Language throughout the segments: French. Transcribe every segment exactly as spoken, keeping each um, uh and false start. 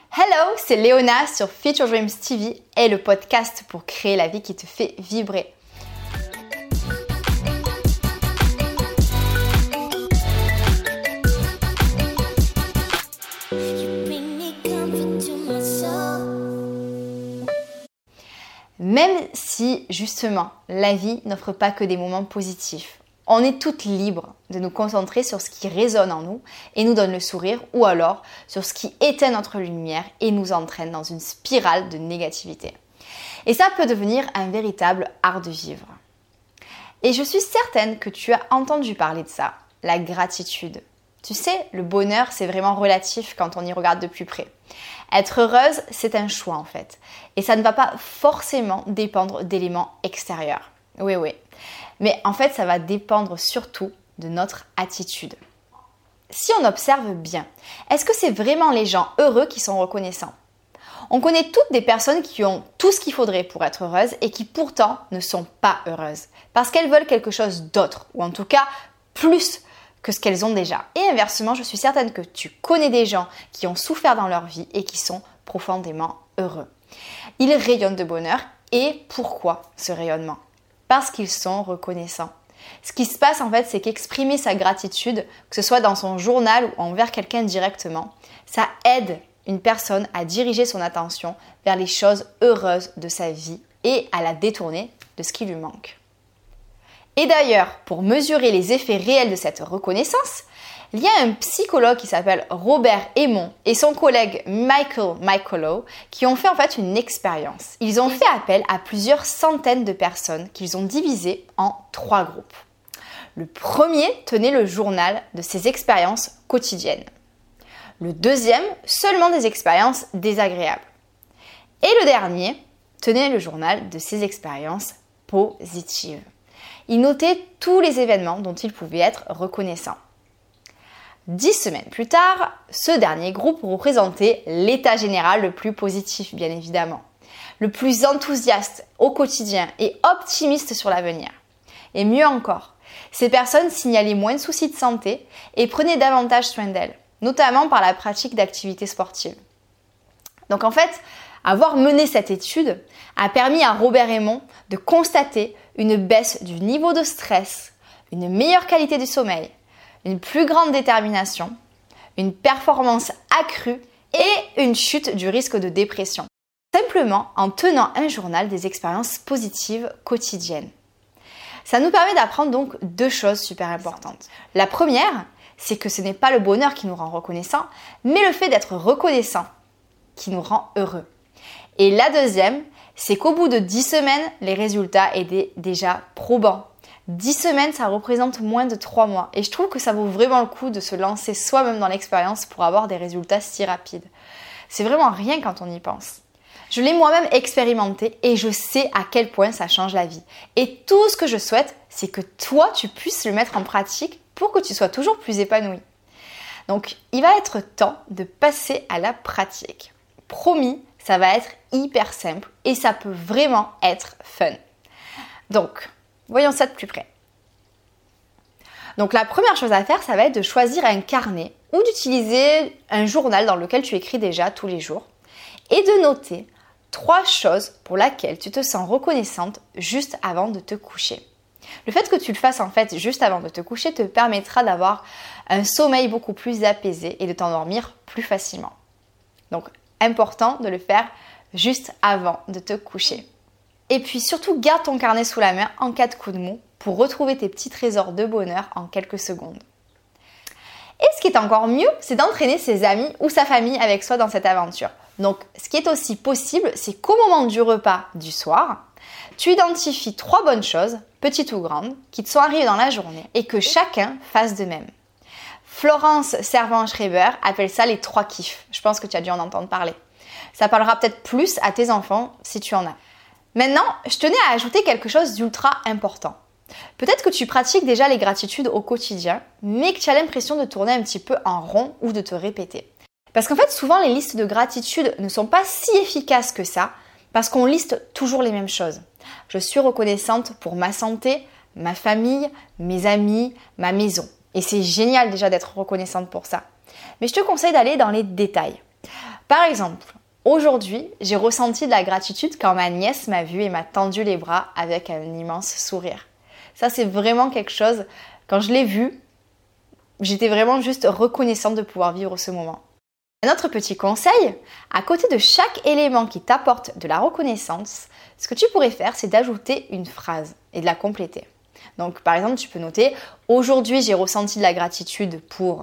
Hello, c'est Léona sur Future Dreams T V et le podcast pour créer la vie qui te fait vibrer. Même si, justement, la vie n'offre pas que des moments positifs, on est toutes libres de nous concentrer sur ce qui résonne en nous et nous donne le sourire, ou alors sur ce qui éteint notre lumière et nous entraîne dans une spirale de négativité. Et ça peut devenir un véritable art de vivre. Et je suis certaine que tu as entendu parler de ça, la gratitude. Tu sais, le bonheur, c'est vraiment relatif quand on y regarde de plus près. Être heureuse, c'est un choix en fait. Et ça ne va pas forcément dépendre d'éléments extérieurs. Oui, oui. Mais en fait, ça va dépendre surtout de notre attitude. Si on observe bien, est-ce que c'est vraiment les gens heureux qui sont reconnaissants ? On connaît toutes des personnes qui ont tout ce qu'il faudrait pour être heureuses et qui pourtant ne sont pas heureuses. Parce qu'elles veulent quelque chose d'autre, ou en tout cas plus que ce qu'elles ont déjà. Et inversement, je suis certaine que tu connais des gens qui ont souffert dans leur vie et qui sont profondément heureux. Ils rayonnent de bonheur. Et pourquoi ce rayonnement ? Parce qu'ils sont reconnaissants. Ce qui se passe en fait, c'est qu'exprimer sa gratitude, que ce soit dans son journal ou envers quelqu'un directement, ça aide une personne à diriger son attention vers les choses heureuses de sa vie et à la détourner de ce qui lui manque. Et d'ailleurs, pour mesurer les effets réels de cette reconnaissance, il y a un psychologue qui s'appelle Robert Emmons et son collègue Michael Michelot qui ont fait en fait une expérience. Ils ont fait appel à plusieurs centaines de personnes qu'ils ont divisées en trois groupes. Le premier tenait le journal de ses expériences quotidiennes. Le deuxième, seulement des expériences désagréables. Et le dernier tenait le journal de ses expériences positives. Il notait tous les événements dont il pouvait être reconnaissant. Dix semaines plus tard, ce dernier groupe représentait l'état général le plus positif, bien évidemment, le plus enthousiaste au quotidien et optimiste sur l'avenir. Et mieux encore, ces personnes signalaient moins de soucis de santé et prenaient davantage soin d'elles, notamment par la pratique d'activités sportives. Donc en fait, avoir mené cette étude a permis à Robert Emmons de constater une baisse du niveau de stress, une meilleure qualité du sommeil, une plus grande détermination, une performance accrue et une chute du risque de dépression. Simplement en tenant un journal des expériences positives quotidiennes. Ça nous permet d'apprendre donc deux choses super importantes. La première, c'est que ce n'est pas le bonheur qui nous rend reconnaissants, mais le fait d'être reconnaissant qui nous rend heureux. Et la deuxième, c'est qu'au bout de dix semaines, les résultats étaient déjà probants. dix semaines, ça représente moins de trois mois. Et je trouve que ça vaut vraiment le coup de se lancer soi-même dans l'expérience pour avoir des résultats si rapides. C'est vraiment rien quand on y pense. Je l'ai moi-même expérimenté et je sais à quel point ça change la vie. Et tout ce que je souhaite, c'est que toi, tu puisses le mettre en pratique pour que tu sois toujours plus épanoui. Donc, il va être temps de passer à la pratique. Promis, ça va être hyper simple et ça peut vraiment être fun. Donc, voyons ça de plus près. Donc la première chose à faire, ça va être de choisir un carnet ou d'utiliser un journal dans lequel tu écris déjà tous les jours et de noter trois choses pour lesquelles tu te sens reconnaissante juste avant de te coucher. Le fait que tu le fasses en fait juste avant de te coucher te permettra d'avoir un sommeil beaucoup plus apaisé et de t'endormir plus facilement. Donc important de le faire juste avant de te coucher. Et puis surtout, garde ton carnet sous la main en cas de coup de mou pour retrouver tes petits trésors de bonheur en quelques secondes. Et ce qui est encore mieux, c'est d'entraîner ses amis ou sa famille avec soi dans cette aventure. Donc, ce qui est aussi possible, c'est qu'au moment du repas du soir, tu identifies trois bonnes choses, petites ou grandes, qui te sont arrivées dans la journée et que chacun fasse de même. Florence Servan-Schreiber appelle ça les trois kiffs. Je pense que tu as dû en entendre parler. Ça parlera peut-être plus à tes enfants si tu en as. Maintenant, je tenais à ajouter quelque chose d'ultra important. Peut-être que tu pratiques déjà les gratitudes au quotidien, mais que tu as l'impression de tourner un petit peu en rond ou de te répéter. Parce qu'en fait, souvent, les listes de gratitude ne sont pas si efficaces que ça, parce qu'on liste toujours les mêmes choses. Je suis reconnaissante pour ma santé, ma famille, mes amis, ma maison. Et c'est génial déjà d'être reconnaissante pour ça. Mais je te conseille d'aller dans les détails. Par exemple, aujourd'hui, j'ai ressenti de la gratitude quand ma nièce m'a vue et m'a tendu les bras avec un immense sourire. Ça, c'est vraiment quelque chose, quand je l'ai vu, j'étais vraiment juste reconnaissante de pouvoir vivre ce moment. Un autre petit conseil, à côté de chaque élément qui t'apporte de la reconnaissance, ce que tu pourrais faire, c'est d'ajouter une phrase et de la compléter. Donc, par exemple, tu peux noter « Aujourd'hui, j'ai ressenti de la gratitude pour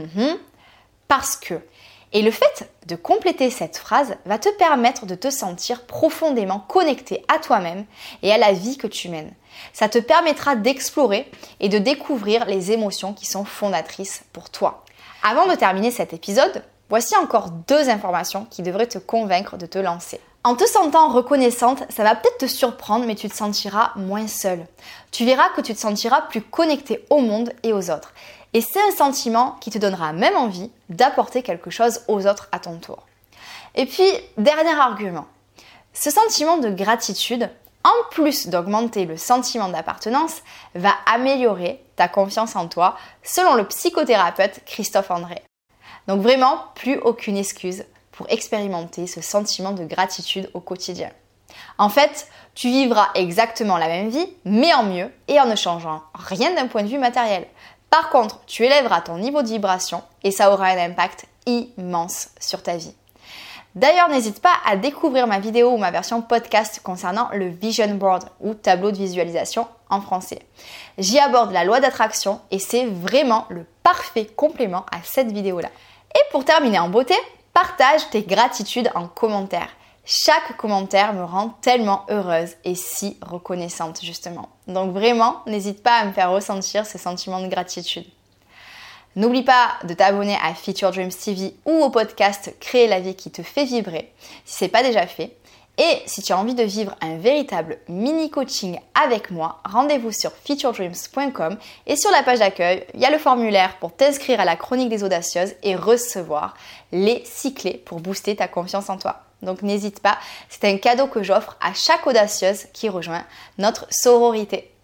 parce que ». Et le fait de compléter cette phrase va te permettre de te sentir profondément connecté à toi-même et à la vie que tu mènes. Ça te permettra d'explorer et de découvrir les émotions qui sont fondatrices pour toi. Avant de terminer cet épisode, voici encore deux informations qui devraient te convaincre de te lancer. En te sentant reconnaissante, ça va peut-être te surprendre, mais tu te sentiras moins seule. Tu verras que tu te sentiras plus connecté au monde et aux autres. Et c'est un sentiment qui te donnera même envie d'apporter quelque chose aux autres à ton tour. Et puis, dernier argument. Ce sentiment de gratitude, en plus d'augmenter le sentiment d'appartenance, va améliorer ta confiance en toi, selon le psychothérapeute Christophe André. Donc vraiment, plus aucune excuse pour expérimenter ce sentiment de gratitude au quotidien. En fait, tu vivras exactement la même vie, mais en mieux et en ne changeant rien d'un point de vue matériel. Par contre, tu élèveras ton niveau de vibration et ça aura un impact immense sur ta vie. D'ailleurs, n'hésite pas à découvrir ma vidéo ou ma version podcast concernant le Vision Board ou tableau de visualisation en français. J'y aborde la loi d'attraction et c'est vraiment le parfait complément à cette vidéo-là. Et pour terminer en beauté, partage tes gratitudes en commentaire. Chaque commentaire me rend tellement heureuse et si reconnaissante justement. Donc vraiment, n'hésite pas à me faire ressentir ce sentiment de gratitude. N'oublie pas de t'abonner à Fit Your Dreams T V ou au podcast Créer la vie qui te fait vibrer si ce n'est pas déjà fait. Et si tu as envie de vivre un véritable mini-coaching avec moi, rendez-vous sur fit your dreams point com et sur la page d'accueil, il y a le formulaire pour t'inscrire à la chronique des audacieuses et recevoir les six clés pour booster ta confiance en toi. Donc n'hésite pas, c'est un cadeau que j'offre à chaque audacieuse qui rejoint notre sororité.